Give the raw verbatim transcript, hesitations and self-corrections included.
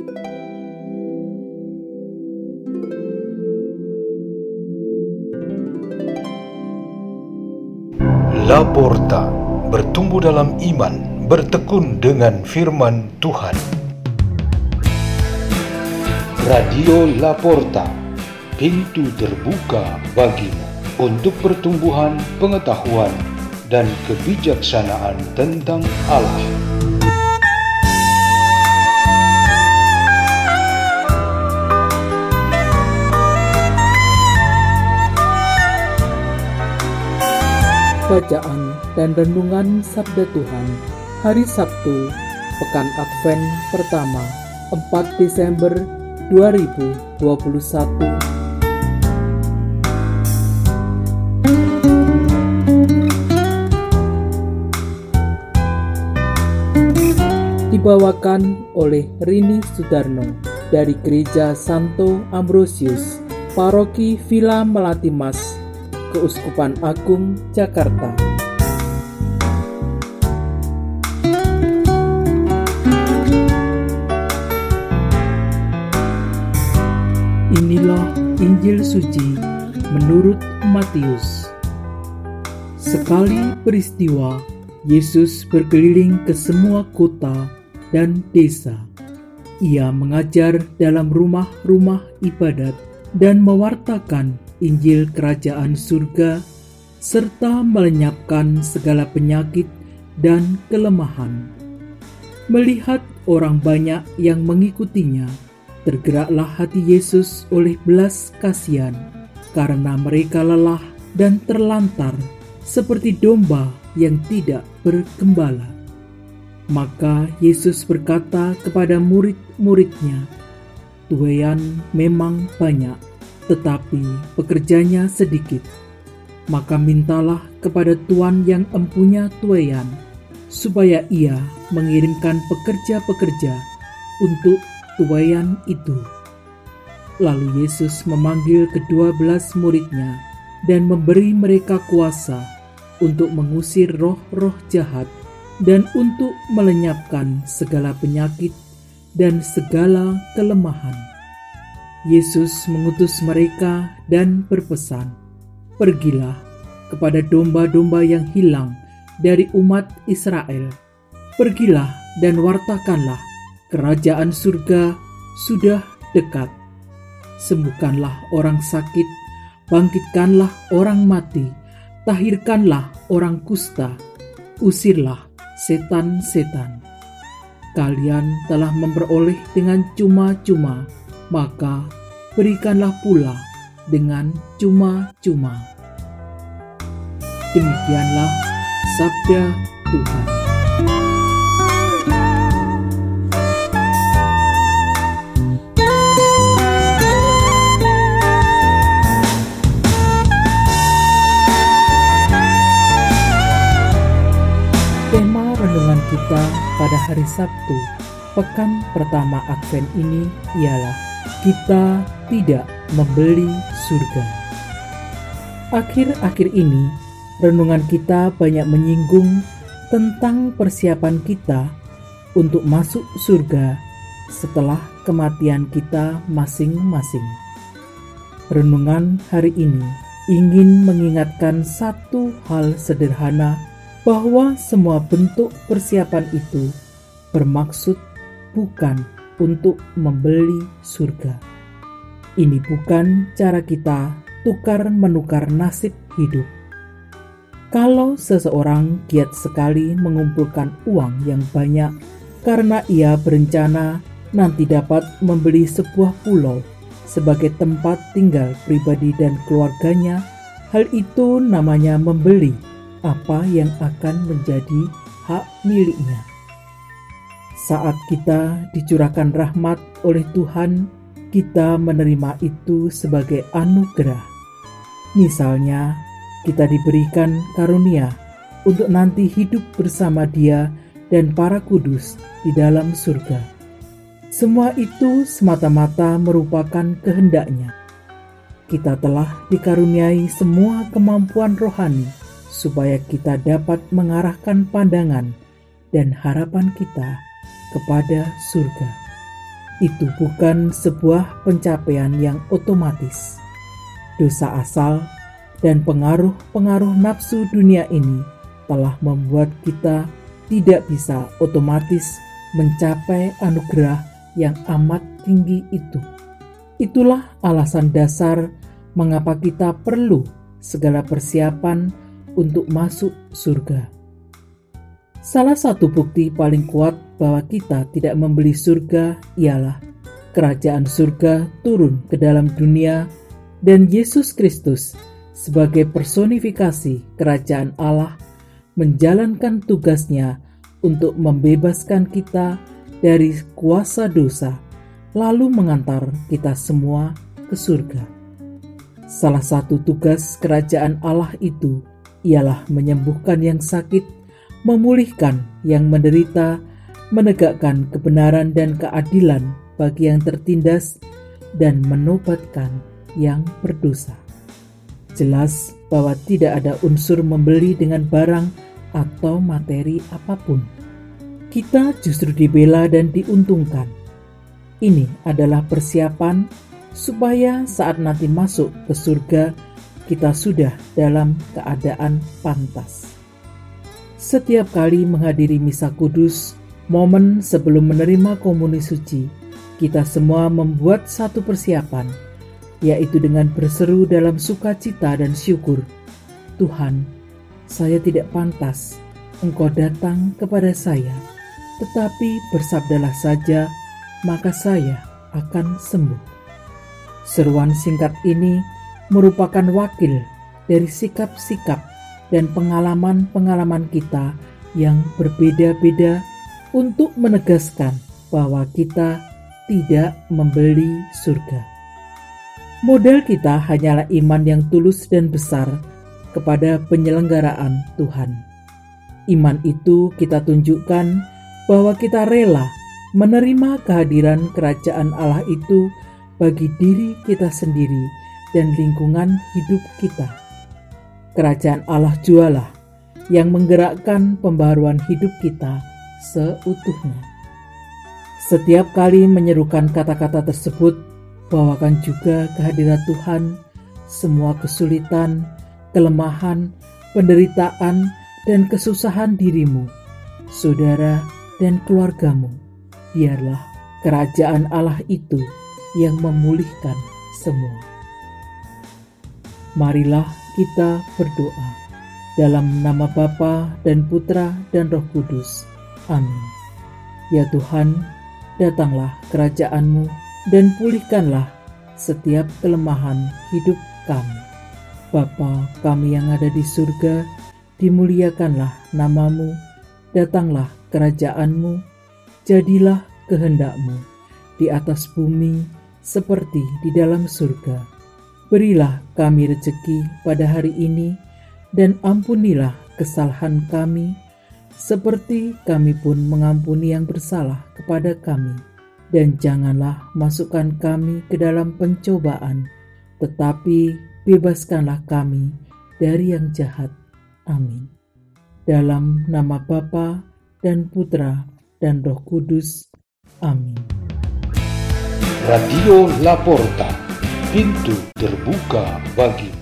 Laporta, bertumbuh dalam iman, bertekun dengan firman Tuhan. Radio Laporta, pintu terbuka bagimu untuk pertumbuhan pengetahuan dan kebijaksanaan tentang Allah. Bacaan dan renungan Sabda Tuhan Hari Sabtu, Pekan Advent pertama, empat Desember dua ribu dua puluh satu. Dibawakan oleh Rini Sudarno dari Gereja Santo Ambrosius, Paroki Villa Melati Mas, Keuskupan Agung Jakarta. Inilah Injil suci menurut Matius. Sekali peristiwa, Yesus berkeliling ke semua kota dan desa. Ia mengajar dalam rumah-rumah ibadat dan mewartakan Injil Kerajaan Surga, serta melenyapkan segala penyakit dan kelemahan. Melihat orang banyak yang mengikutinya, tergeraklah hati Yesus oleh belas kasihan, karena mereka lelah dan terlantar seperti domba yang tidak bergembala. Maka Yesus berkata kepada murid-muridnya, "Tuaian memang banyak, tetapi pekerjanya sedikit. Maka mintalah kepada Tuan yang empunya tuaian, supaya ia mengirimkan pekerja-pekerja untuk tuaian itu." Lalu Yesus memanggil kedua belas muridnya dan memberi mereka kuasa untuk mengusir roh-roh jahat dan untuk melenyapkan segala penyakit dan segala kelemahan. Yesus mengutus mereka dan berpesan, "Pergilah kepada domba-domba yang hilang dari umat Israel. Pergilah dan wartakanlah, kerajaan surga sudah dekat. Sembuhkanlah orang sakit, bangkitkanlah orang mati, tahirkanlah orang kusta, usirlah setan-setan. Kalian telah memperoleh dengan cuma-cuma, maka berikanlah pula dengan cuma-cuma." Demikianlah sabda Tuhan. Tema renungan kita pada hari Sabtu, pekan pertama Advent ini ialah kita tidak membeli surga. Akhir-akhir ini, renungan kita banyak menyinggung tentang persiapan kita untuk masuk surga setelah kematian kita masing-masing. Renungan hari ini ingin mengingatkan satu hal sederhana, bahwa semua bentuk persiapan itu bermaksud bukan untuk membeli surga. Ini bukan cara kita tukar-menukar nasib hidup. Kalau seseorang giat sekali mengumpulkan uang yang banyak karena ia berencana nanti dapat membeli sebuah pulau sebagai tempat tinggal pribadi dan keluarganya, hal itu namanya membeli apa yang akan menjadi hak miliknya. Saat kita dicurahkan rahmat oleh Tuhan, kita menerima itu sebagai anugerah. Misalnya, kita diberikan karunia untuk nanti hidup bersama Dia dan para kudus di dalam surga. Semua itu semata-mata merupakan kehendak-Nya. Kita telah dikaruniai semua kemampuan rohani supaya kita dapat mengarahkan pandangan dan harapan kita kepada surga. itu bukan sebuah pencapaian yang otomatis. Dosa asal dan pengaruh-pengaruh nafsu dunia ini telah membuat kita tidak bisa otomatis mencapai anugerah yang amat tinggi itu. Itulah alasan dasar mengapa kita perlu segala persiapan untuk masuk surga. Salah satu bukti paling kuat bahwa kita tidak membeli surga ialah kerajaan surga turun ke dalam dunia dan Yesus Kristus sebagai personifikasi kerajaan Allah menjalankan tugasnya untuk membebaskan kita dari kuasa dosa, lalu mengantar kita semua ke surga. Salah satu tugas kerajaan Allah itu ialah menyembuhkan yang sakit, memulihkan yang menderita, menegakkan kebenaran dan keadilan bagi yang tertindas, dan menobatkan yang berdosa. Jelas bahwa tidak ada unsur membeli dengan barang atau materi apapun. Kita justru dibela dan diuntungkan. Ini adalah persiapan supaya saat nanti masuk ke surga, kita sudah dalam keadaan pantas. Setiap kali menghadiri misa kudus, momen sebelum menerima komuni suci, kita semua membuat satu persiapan, yaitu dengan berseru dalam sukacita dan syukur, Tuhan, saya tidak pantas Engkau datang kepada saya, tetapi bersabdalah saja, maka saya akan sembuh. Seruan singkat ini merupakan wakil dari sikap-sikap dan pengalaman-pengalaman kita yang berbeda-beda untuk menegaskan bahwa kita tidak membeli surga. Modal kita hanyalah iman yang tulus dan besar kepada penyelenggaraan Tuhan. Iman itu kita tunjukkan bahwa kita rela menerima kehadiran kerajaan Allah itu bagi diri kita sendiri dan lingkungan hidup kita. Kerajaan Allah jualah yang menggerakkan pembaharuan hidup kita seutuhnya. Setiap kali menyerukan kata-kata tersebut, bawakan juga kehadiran Tuhan, semua kesulitan, kelemahan, penderitaan, dan kesusahan dirimu, saudara, dan keluargamu. Biarlah kerajaan Allah itu yang memulihkan semua. Marilah kita berdoa dalam nama Bapa dan Putra dan Roh Kudus. Amin. Ya Tuhan, datanglah kerajaan-Mu dan pulihkanlah setiap kelemahan hidup kami. Bapa kami yang ada di surga, dimuliakanlah nama-Mu, datanglah kerajaan-Mu, jadilah kehendak-Mu di atas bumi seperti di dalam surga. Berilah kami rezeki pada hari ini, dan ampunilah kesalahan kami, seperti kami pun mengampuni yang bersalah kepada kami. Dan janganlah masukkan kami ke dalam pencobaan, tetapi bebaskanlah kami dari yang jahat. Amin. Dalam nama Bapa dan Putra dan Roh Kudus. Amin. Radio Laporta, pintu terbuka bagi